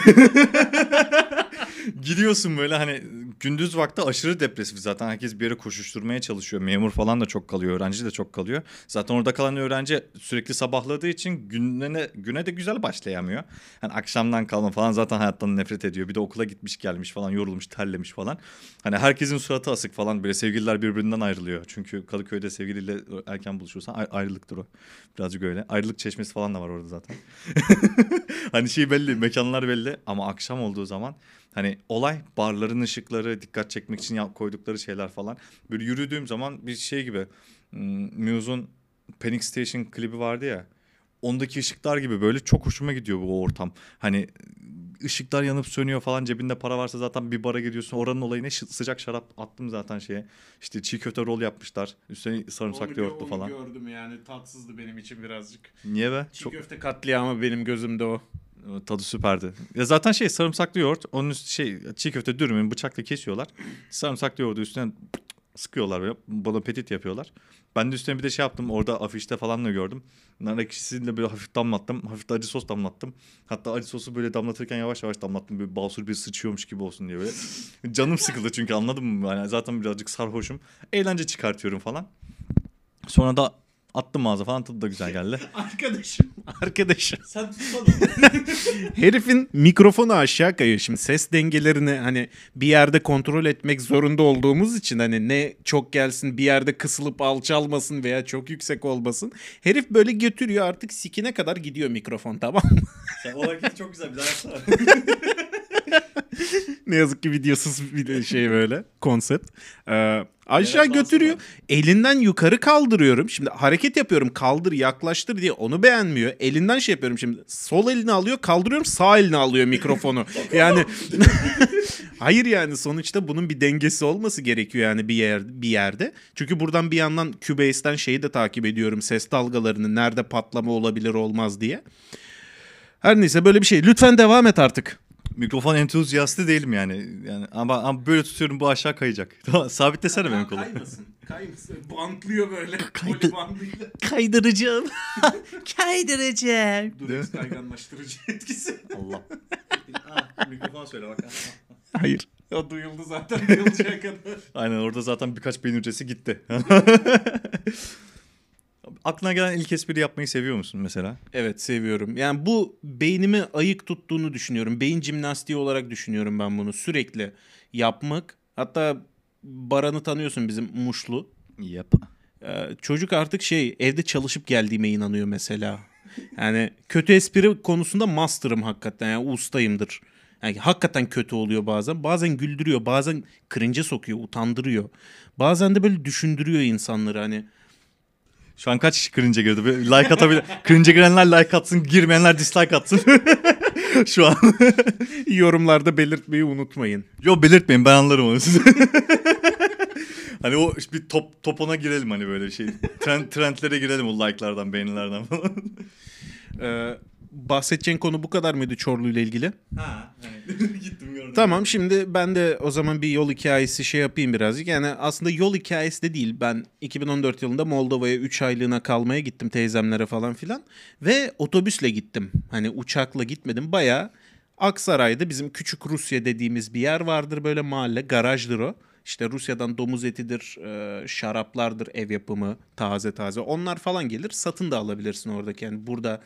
gidiyorsun böyle hani gündüz vakti aşırı depresif zaten herkes bir yere koşuşturmaya çalışıyor. Memur falan da çok kalıyor, öğrenci de çok kalıyor. Zaten orada kalan öğrenci sürekli sabahladığı için güne de güzel başlayamıyor. Hani akşamdan kalma falan zaten hayattan nefret ediyor. Bir de okula gitmiş gelmiş falan yorulmuş terlemiş falan. Hani herkesin suratı asık falan böyle sevgililer birbirinden ayrılıyor. Çünkü Kadıköy'de sevgiliyle erken buluşursan ayrılıktır o. Birazcık öyle. Ayrılık çeşmesi falan da var orada zaten. Hani şey belli, mekanlar belli ama akşam olduğu zaman hani olay barların ışıkları, dikkat çekmek için koydukları şeyler falan. Böyle yürüdüğüm zaman bir şey gibi Muse'un Panic Station klibi vardı ya. Ondaki ışıklar gibi böyle çok hoşuma gidiyor bu ortam. Hani ışıklar yanıp sönüyor falan cebinde para varsa zaten bir bara gidiyorsun. Oranın olayı ne sıcak şarap attım zaten şeye. İşte çiğ köfte rol yapmışlar. Üstüne sarımsaklı yoğurtlu falan. Onu gördüm yani tatsızdı benim için birazcık. Niye be? Çiğ köfte katliamı benim gözümde o. Tadı süperdi. Ya zaten şey sarımsaklı yoğurt. Onun çiğ köfte dürümünü bıçakla kesiyorlar. Sarımsaklı yoğurdu üstüne sıkıyorlar böyle. Bon appetit yapıyorlar. Ben de üstüne bir de şey yaptım. Orada afişte falan da gördüm. Nar ekşisini de böyle hafif damlattım. Hafif de acı sos damlattım. Hatta acı sosu böyle damlatırken yavaş yavaş damlattım. Böyle basur bir sıçıyormuş gibi olsun diye böyle. Canım sıkıldı çünkü anladın mı? Yani zaten birazcık sarhoşum. Eğlence çıkartıyorum falan. Sonra da attım ağza falan tadı da güzel geldi. Arkadaşım. Sen tutmadın. Herifin mikrofonu aşağı kayıyor. Şimdi ses dengelerini hani bir yerde kontrol etmek zorunda olduğumuz için hani ne çok gelsin bir yerde kısılıp alçalmasın veya çok yüksek olmasın. Herif böyle götürüyor artık sikine kadar gidiyor mikrofon tamam mı? Sen o hareket çok güzel bir daha yapsana. Ne yazık ki videosuz bir şey böyle konsept. Aşağı götürüyor. Elinden yukarı kaldırıyorum. Şimdi hareket yapıyorum kaldır yaklaştır diye onu beğenmiyor. Elinden şey yapıyorum şimdi sol elini alıyor kaldırıyorum sağ elini alıyor mikrofonu. Yani hayır yani sonuçta bunun bir dengesi olması gerekiyor yani bir yerde. Çünkü buradan bir yandan Cubase'den şeyi de takip ediyorum. Ses dalgalarını nerede patlama olabilir olmaz diye. Her neyse böyle bir şey. Lütfen devam et artık. Mikrofon entuzyastı değilim yani. Ama böyle tutuyorum bu aşağı kayacak. Tamam, sabitlesene benim kolu. Kaymasın. Bantlıyor böyle. Kaydıracağım. Kaydıracağım. Durex kayganlaştırıcı etkisi. Allah. Mikrofon söyle bak. Hayır. O duyuldu zaten, duyulacağı kadar. Aynen, orada zaten birkaç beyin hücresi gitti. Aklına gelen ilk espri yapmayı seviyor musun mesela? Evet, seviyorum. Yani bu beynimi ayık tuttuğunu düşünüyorum. Beyin jimnastiği olarak düşünüyorum ben bunu. Sürekli yapmak. Hatta Baran'ı tanıyorsun, bizim Muşlu. Yap. Çocuk artık evde çalışıp geldiğime inanıyor mesela. Yani kötü espri konusunda master'ım hakikaten. Yani ustayımdır. Yani hakikaten kötü oluyor bazen. Bazen güldürüyor, bazen cringe'e sokuyor, utandırıyor. Bazen de böyle düşündürüyor insanları hani. Şu an kaç kişi cringe'e girdi? Bir like atabilir. Cringe'e girenler like atsın, girmeyenler dislike atsın. Şu an. Yorumlarda belirtmeyi unutmayın. Yo, belirtmeyin, ben anlarım onu size. Hani o bir topona girelim, hani böyle şey. Trendlere girelim o like'lardan, beğenilerden falan. Bahsedeceğin konu bu kadar mıydı Çorlu ile ilgili? Ha, gittim gördüm. Tamam, şimdi ben de o zaman bir yol hikayesi yapayım birazcık. Yani aslında yol hikayesi de değil. Ben 2014 yılında Moldova'ya 3 aylığına kalmaya gittim teyzemlere falan filan. Ve otobüsle gittim. Hani uçakla gitmedim. Bayağı Aksaray'da bizim Küçük Rusya dediğimiz bir yer vardır. Böyle mahalle, garajdır o. İşte Rusya'dan domuz etidir, şaraplardır, ev yapımı, taze taze. Onlar falan gelir. Satın da alabilirsin oradaki. Yani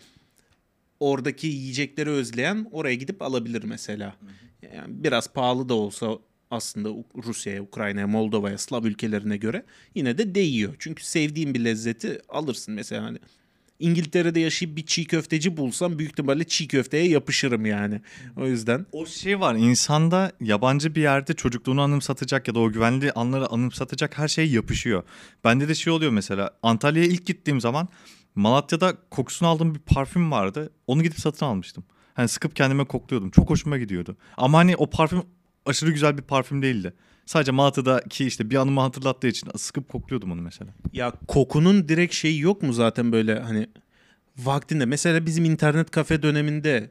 oradaki yiyecekleri özleyen oraya gidip alabilir mesela. Yani biraz pahalı da olsa aslında Rusya'ya, Ukrayna'ya, Moldova'ya, Slav ülkelerine göre yine de değiyor. Çünkü sevdiğin bir lezzeti alırsın. Mesela hani İngiltere'de yaşayıp bir çiğ köfteci bulsam büyük ihtimalle çiğ köfteye yapışırım yani. O yüzden. O şey var, insanda yabancı bir yerde çocukluğunu anımsatacak ya da o güvenli anları anımsatacak her şey yapışıyor. Bende de şey oluyor mesela, Antalya'ya ilk gittiğim zaman Malatya'da kokusunu aldığım bir parfüm vardı. Onu gidip satın almıştım. Hani sıkıp kendime kokluyordum. Çok hoşuma gidiyordu. Ama hani o parfüm aşırı güzel bir parfüm değildi. Sadece Malatya'daki işte bir anımı hatırlattığı için sıkıp kokluyordum onu mesela. Ya kokunun direkt yok mu zaten böyle hani vaktinde. Mesela bizim internet kafe döneminde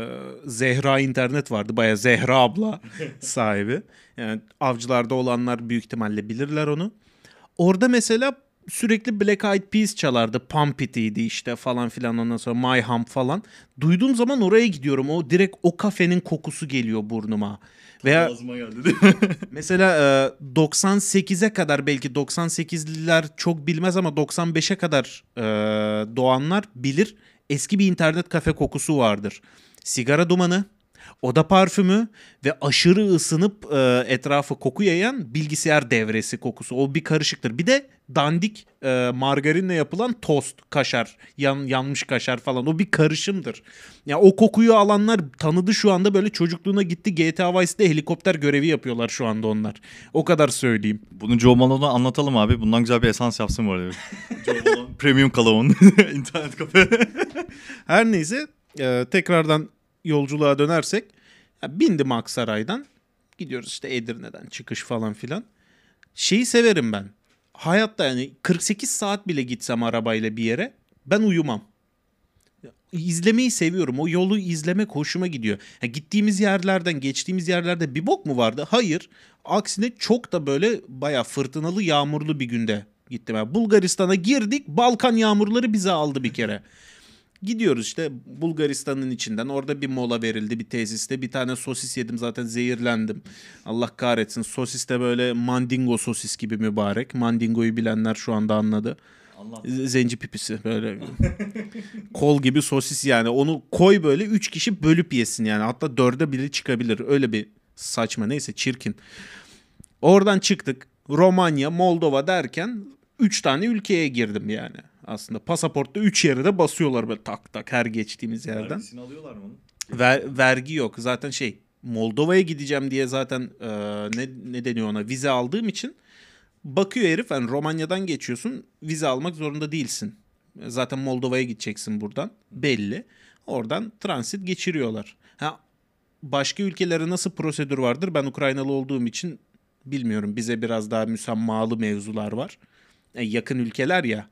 Zehra internet vardı. Bayağı Zehra abla sahibi. Yani avcılarda olanlar büyük ihtimalle bilirler onu. Orada mesela sürekli Black Eyed Peas çalardı. Pump It'iydi işte falan filan, ondan sonra My Hump falan. Duyduğum zaman oraya gidiyorum. O direkt o kafenin kokusu geliyor burnuma. Veya Ağzıma geldi değil mi? mesela 98'e kadar, belki 98'liler çok bilmez ama 95'e kadar doğanlar bilir. Eski bir internet kafe kokusu vardır. Sigara dumanı, oda parfümü ve aşırı ısınıp etrafı koku yayan bilgisayar devresi kokusu. O bir karışıktır. Bir de dandik margarinle yapılan tost, kaşar, yanmış kaşar falan. O bir karışımdır. Ya o kokuyu alanlar tanıdı şu anda, böyle çocukluğuna gitti. GTA Vice'de helikopter görevi yapıyorlar şu anda onlar. O kadar söyleyeyim. Bunu Joe Malone'a anlatalım abi. Bundan güzel bir esans yapsın bu arada. Joe Malone Premium Cologne internet kafe. Her neyse, tekrardan yolculuğa dönersek, ya bindim Aksaray'dan, gidiyoruz işte Edirne'den çıkış falan filan. Şeyi severim ben. Hayatta yani 48 saat bile gitsem arabayla bir yere ben uyumam. İzlemeyi seviyorum. O yolu izlemek hoşuma gidiyor. Ya gittiğimiz yerlerden, geçtiğimiz yerlerde bir bok mu vardı? Hayır. Aksine çok da böyle bayağı fırtınalı, yağmurlu bir günde gittim. Yani Bulgaristan'a girdik. Balkan yağmurları bizi aldı bir kere. Gidiyoruz işte Bulgaristan'ın içinden. Orada bir mola verildi bir tesiste. Bir tane sosis yedim, zaten zehirlendim. Allah kahretsin. Sosis de böyle mandingo sosis gibi mübarek. Mandingoyu bilenler şu anda anladı. Allah. Zenci pipisi böyle. Kol gibi sosis yani. Onu koy böyle 3 kişi bölüp yesin yani. Hatta 4'e bile çıkabilir. Öyle bir saçma, neyse, çirkin. Oradan çıktık. Romanya, Moldova derken 3 tane ülkeye girdim yani. Aslında pasaportta 3 yere de basıyorlar böyle tak tak her geçtiğimiz yerden. Vergisini alıyorlar mı onun? Vergi yok. Zaten Moldova'ya gideceğim diye zaten ne deniyor ona, vize aldığım için bakıyor herif, yani Romanya'dan geçiyorsun, vize almak zorunda değilsin. Zaten Moldova'ya gideceksin buradan, belli. Oradan transit geçiriyorlar. Başka ülkelere nasıl prosedür vardır, ben Ukraynalı olduğum için bilmiyorum. Bize biraz daha müsammalı mevzular var. Yakın ülkeler ya.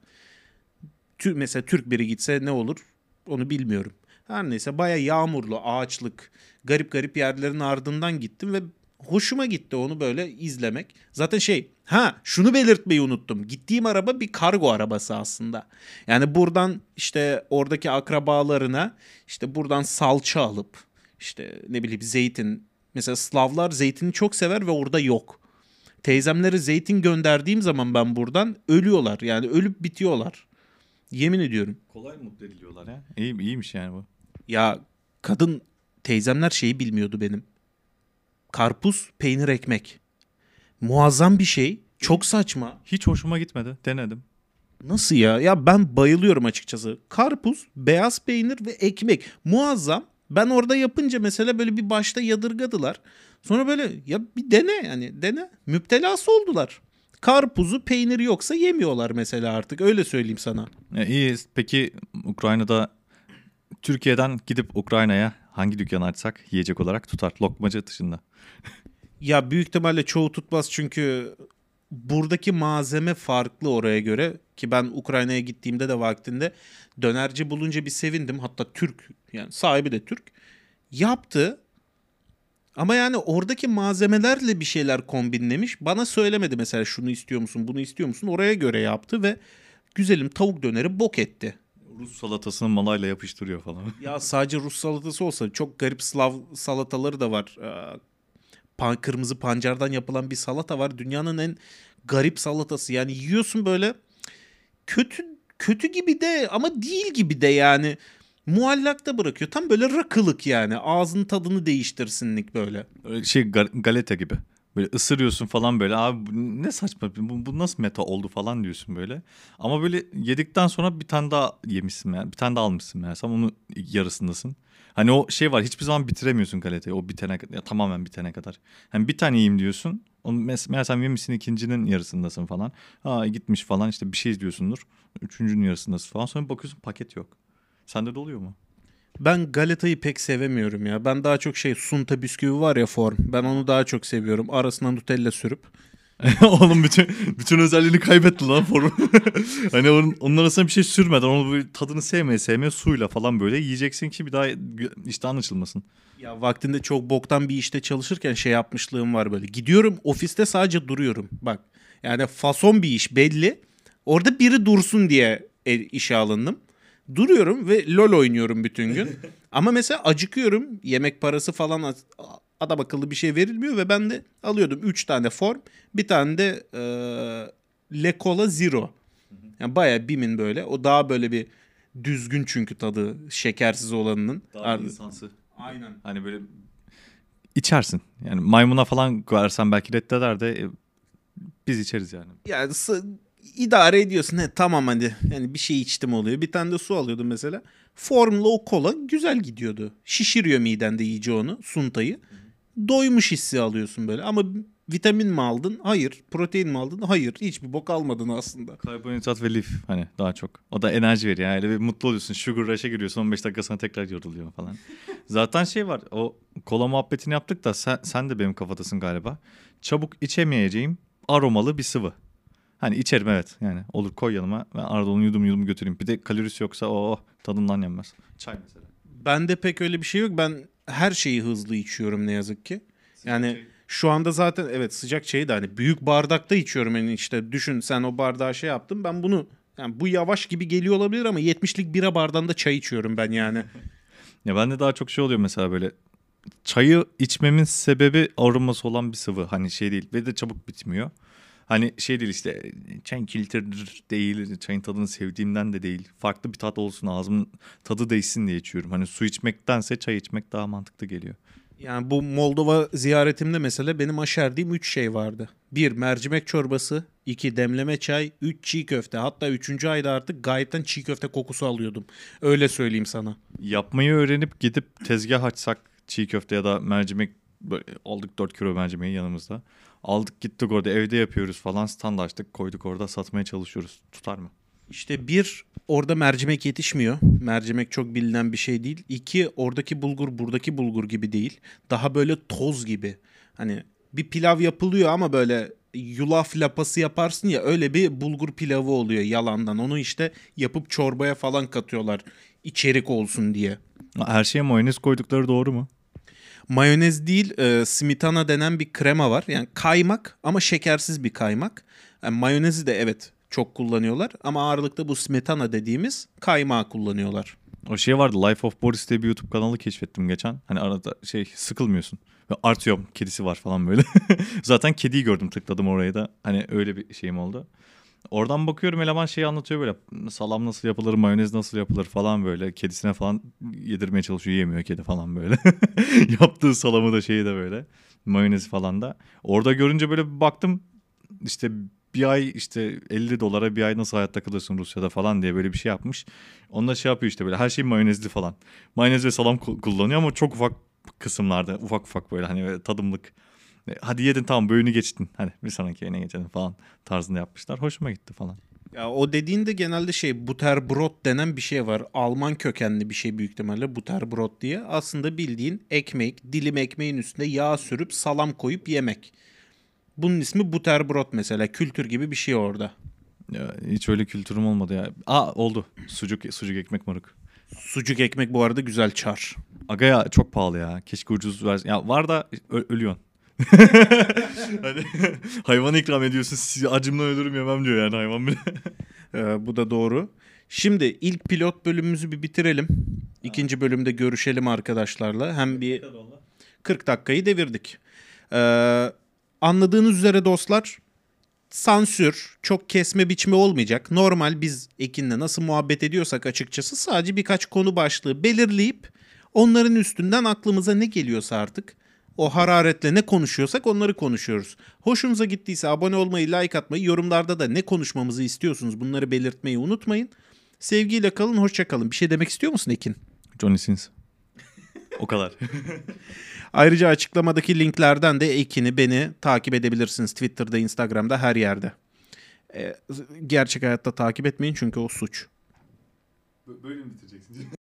Mesela Türk biri gitse ne olur onu bilmiyorum. Her neyse, baya yağmurlu, ağaçlık, garip garip yerlerin ardından gittim ve hoşuma gitti onu böyle izlemek. Zaten şunu belirtmeyi unuttum. Gittiğim araba bir kargo arabası aslında. Yani buradan işte oradaki akrabalarına işte buradan salça alıp işte ne bileyim zeytin, Mesela Slavlar zeytini çok sever ve orada yok. Teyzemlere zeytin gönderdiğim zaman ben buradan ölüyorlar. Yani ölüp bitiyorlar. Yemin ediyorum. Kolay mutlu ediliyorlar ya. İyiymiş yani bu. Ya kadın teyzemler şeyi bilmiyordu benim. Karpuz, peynir, ekmek. Muazzam bir şey. Çok saçma. Hiç hoşuma gitmedi. Denedim. Nasıl ya? Ya ben bayılıyorum açıkçası. Karpuz, beyaz peynir ve ekmek. Muazzam. Ben orada yapınca mesela böyle bir başta yadırgadılar. Sonra böyle ya bir dene yani dene. Müptelası oldular. Karpuzu, peyniri yoksa yemiyorlar mesela artık. Öyle söyleyeyim sana. İyi. Peki Ukrayna'da Türkiye'den gidip Ukrayna'ya hangi dükkanı açsak yiyecek olarak tutar? Lokmacı dışında. Ya büyük ihtimalle çoğu tutmaz çünkü buradaki malzeme farklı oraya göre ki ben Ukrayna'ya gittiğimde de vaktinde dönerci bulunca bir sevindim. Hatta Türk yani sahibi de Türk yaptı ama yani oradaki malzemelerle bir şeyler kombinlemiş. Bana söylemedi mesela şunu istiyor musun bunu istiyor musun oraya göre yaptı ve güzelim tavuk döneri bok etti. Rus salatasını malayla yapıştırıyor falan. Ya sadece Rus salatası olsa çok garip Slav salataları da var. Kırmızı pancardan yapılan bir salata var. Dünyanın en garip salatası. Yani yiyorsun böyle kötü kötü gibi de ama değil gibi de yani. Muallakta bırakıyor. Tam böyle rakılık yani. Ağzın tadını değiştirsinlik böyle. Öyle galeta gibi. Böyle ısırıyorsun falan böyle. Abi bu ne saçma bu nasıl meta oldu falan diyorsun böyle. Ama böyle yedikten sonra bir tane daha yemişsin yani. Bir tane daha almışsın meğersem onun yarısındasın. Hani o şey var hiçbir zaman bitiremiyorsun galetayı o bitene kadar. Ya, tamamen bitene kadar. Hani bir tane yiyeyim diyorsun. Onu meğersem yemişsin ikincinin yarısındasın falan. Ha gitmiş falan işte bir şey izliyorsundur. Üçüncünün yarısındasın falan. Sonra bakıyorsun paket yok. Sende de oluyor mu? Ben galetayı pek sevemiyorum ya. Ben daha çok şey sunta bisküvi var ya form. Ben onu daha çok seviyorum. Arasına Nutella sürüp. Oğlum bütün özelliğini kaybetti lan formu. Hani onun arasına bir şey sürmeden onu böyle tadını sevmeye suyla falan böyle yiyeceksin ki bir daha iştahın açılmasın. Ya vaktinde çok boktan bir işte çalışırken şey yapmışlığım var böyle. Gidiyorum ofiste sadece duruyorum. Bak yani fason bir iş belli. Orada biri dursun diye işe alındım. Duruyorum ve LOL oynuyorum bütün gün. Ama mesela acıkıyorum. Yemek parası falan adam akıllı bir şey verilmiyor ve ben de alıyordum 3 tane form. Bir tane de Le Cola Zero. Yani bayağı Bim'in böyle. O daha böyle bir düzgün çünkü tadı şekersiz olanının. Daha insansı. Aynen. Hani böyle içersin. Yani maymuna falan koyarsan belki reddeder de biz içeriz yani. Yani idare ediyorsun. He, tamam hadi. Yani bir şey içtim oluyor. Bir tane de su alıyordum mesela. Formla o kola güzel gidiyordu. Şişiriyor midende iyice onu. Suntayı. Doymuş hissi alıyorsun böyle. Ama vitamin mi aldın? Hayır. Protein mi aldın? Hayır. Hiçbir bok almadın aslında. Karbonhidrat ve lif hani daha çok. O da enerji veriyor. Yani öyle bir mutlu oluyorsun. Sugar rush'a giriyorsun 15 dakika sonra tekrar yoruluyor falan. Zaten şey var. O kola muhabbetini yaptık da sen de benim kafadasın galiba. Çabuk içemeyeceğim aromalı bir sıvı. Hani içerim evet yani olur koy yanıma ben arada onu yudum yudum götüreyim. Bir de kalorisi yoksa o tadından yenmez. Çay mesela. Bende pek öyle bir şey yok. Ben her şeyi hızlı içiyorum ne yazık ki. Yani şu anda zaten evet sıcak çayı da hani büyük bardakta içiyorum. Yani işte düşün sen o bardağı şey yaptın. Ben bunu yani bu yavaş gibi geliyor olabilir ama 70'lik bira bardağında çay içiyorum ben yani. Ya bende daha çok şey oluyor mesela böyle çayı içmemin sebebi aroması olan bir sıvı. Hani şey değil ve de çabuk bitmiyor. Hani şey değil işte çayın kilitlidir değil, çayın tadını sevdiğimden de değil. Farklı bir tat olsun ağzımın tadı değişsin diye içiyorum. Hani su içmektense çay içmek daha mantıklı geliyor. Yani bu Moldova ziyaretimde mesela benim aşerdiğim 3 şey vardı. Bir mercimek çorbası, 2 demleme çay, 3 çiğ köfte. Hatta 3. ayda artık gayetten çiğ köfte kokusu alıyordum. Öyle söyleyeyim sana. Yapmayı öğrenip gidip tezgah açsak çiğ köfte ya da mercimek böyle aldık 4 kilo mercimeği yanımızda. Aldık gittik orada evde yapıyoruz falan stand açtık koyduk orada satmaya çalışıyoruz. Tutar mı? İşte bir orada mercimek yetişmiyor. Mercimek çok bilinen bir şey değil. İki oradaki bulgur buradaki bulgur gibi değil. Daha böyle toz gibi. Hani bir pilav yapılıyor ama böyle yulaf lapası yaparsın ya öyle bir bulgur pilavı oluyor yalandan. Onu işte yapıp çorbaya falan katıyorlar içerik olsun diye. Her şeye mayonez koydukları doğru mu? Mayonez değil, smitana denen bir krema var. Yani kaymak ama şekersiz bir kaymak. Yani mayonezi de evet çok kullanıyorlar ama ağırlıkta bu smetana dediğimiz kaymağı kullanıyorlar. O şey vardı, Life of Boris diye bir YouTube kanalı keşfettim geçen. Hani arada sıkılmıyorsun. Ve Artyom kedisi var falan böyle. Zaten kediyi gördüm, tıkladım oraya da. Hani öyle bir şeyim oldu. Oradan bakıyorum, eleman şeyi anlatıyor böyle. Salam nasıl yapılır, mayonez nasıl yapılır falan böyle. Kedisine falan yedirmeye çalışıyor, yemiyor kedi falan böyle. Yaptığı salamı da şeyi de böyle. Mayonezi falan da. Orada görünce böyle bir baktım, işte bir ay işte 50 dolara bir ay nasıl hayatta kalırsın Rusya'da falan diye böyle bir şey yapmış. Onda şey yapıyor işte, böyle her şey mayonezli falan. Mayonez ve salam kullanıyor ama çok ufak kısımlarda, ufak ufak böyle hani böyle tadımlık. Hadi yedin tamam, böğünü geçtin. Hani bir sonraki yine geçelim falan tarzında yapmışlar. Hoşuma gitti falan. Ya o dediğinde genelde Butterbrot denen bir şey var. Alman kökenli bir şey büyük ihtimalle Butterbrot diye. Aslında bildiğin ekmek, dilim ekmeğin üstüne yağ sürüp salam koyup yemek. Bunun ismi Butterbrot mesela. Kültür gibi bir şey orada. Ya, hiç öyle kültürüm olmadı ya. Aa, oldu. Sucuk ekmek moruk. Sucuk ekmek bu arada güzel çar. Aga ya, çok pahalı ya. Keşke ucuz versin. Ya var da ölüyorsun. Hani hayvan ikram ediyorsun. Sizi acımdan ölürüm yemem diyor yani hayvan bile. Bu da doğru. Şimdi ilk pilot bölümümüzü bir bitirelim. İkinci bölümde görüşelim arkadaşlarla. Hem bir 40 dakikayı devirdik. Anladığınız üzere dostlar, sansür, çok kesme biçme olmayacak. Normal biz Ekin'le nasıl muhabbet ediyorsak açıkçası sadece birkaç konu başlığı belirleyip onların üstünden aklımıza ne geliyorsa artık o hararetle ne konuşuyorsak onları konuşuyoruz. Hoşunuza gittiyse abone olmayı, like atmayı, yorumlarda da ne konuşmamızı istiyorsunuz bunları belirtmeyi unutmayın. Sevgiyle kalın, hoşça kalın. Bir şey demek istiyor musun Ekin? Johnny Sins. O kadar. Ayrıca açıklamadaki linklerden de Ekin'i, beni takip edebilirsiniz. Twitter'da, Instagram'da, her yerde. Gerçek hayatta takip etmeyin çünkü o suç. Böyle mi bitireceksin?